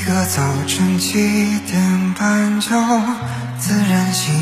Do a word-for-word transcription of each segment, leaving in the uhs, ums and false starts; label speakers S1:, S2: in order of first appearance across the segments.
S1: 个早晨七点半就自然醒，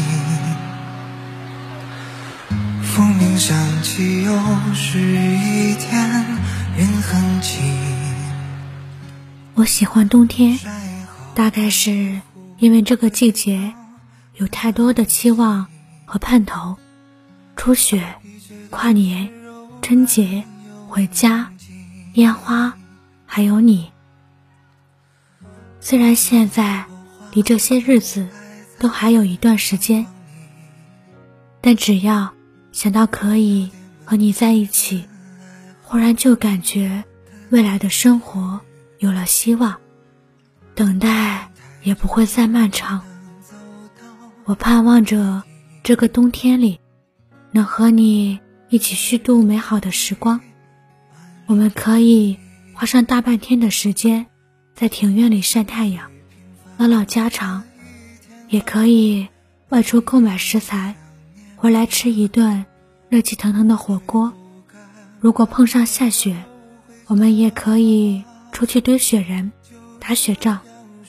S1: 风铃响起，又是一天，云很轻。
S2: 我喜欢冬天，大概是因为这个季节有太多的期望和盼头，初雪、跨年、春节、回家、烟花，还有你。虽然现在离这些日子都还有一段时间，但只要想到可以和你在一起，忽然就感觉未来的生活有了希望，等待也不会再漫长。我盼望着这个冬天里能和你一起虚度美好的时光，我们可以花上大半天的时间在庭院里晒太阳唠唠家常，也可以外出购买食材回来吃一顿热气腾腾的火锅。如果碰上下雪，我们也可以出去堆雪人打雪仗。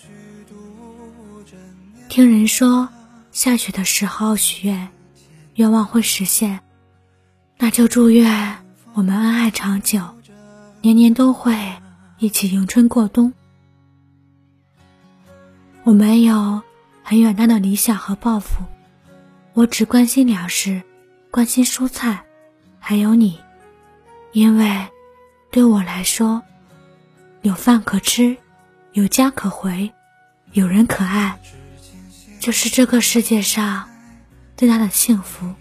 S2: 听人说下雪的时候许愿，愿望会实现，那就祝愿我们恩爱长久，年年都会一起迎春过冬。我没有很远大的理想和抱负，我只关心粮食，关心蔬菜，还有你。因为对我来说，有饭可吃，有家可回，有人可爱，就是这个世界上最大的幸福。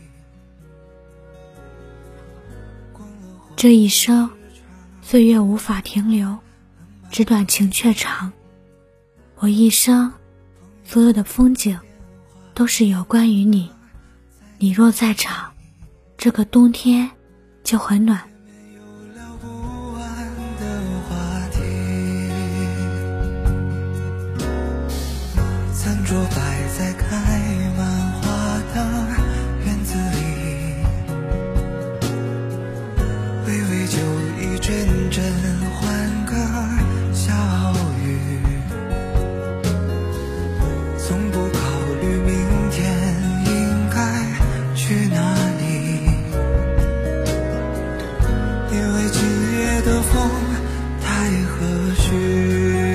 S2: 这一生岁月无法停留，纸短情却长。我一生所有的风景都是有关于你，你若在场，这个冬天就很暖。
S1: 餐桌摆在开满花的院子里，微微酒意阵阵欢歌笑语，从不考虑明天应该去哪里，因为今夜的风太和煦，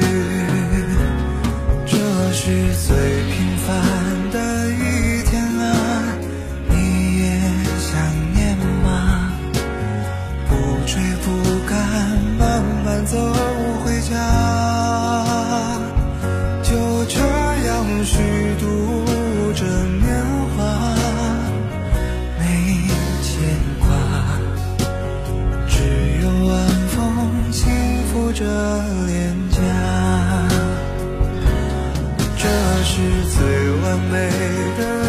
S1: 这是最平凡的一天啊，你也想念吗？不追不赶，慢慢走回家，就这样虚度着年华，没牵挂，只有晚风轻拂着脸颊。这是最完美的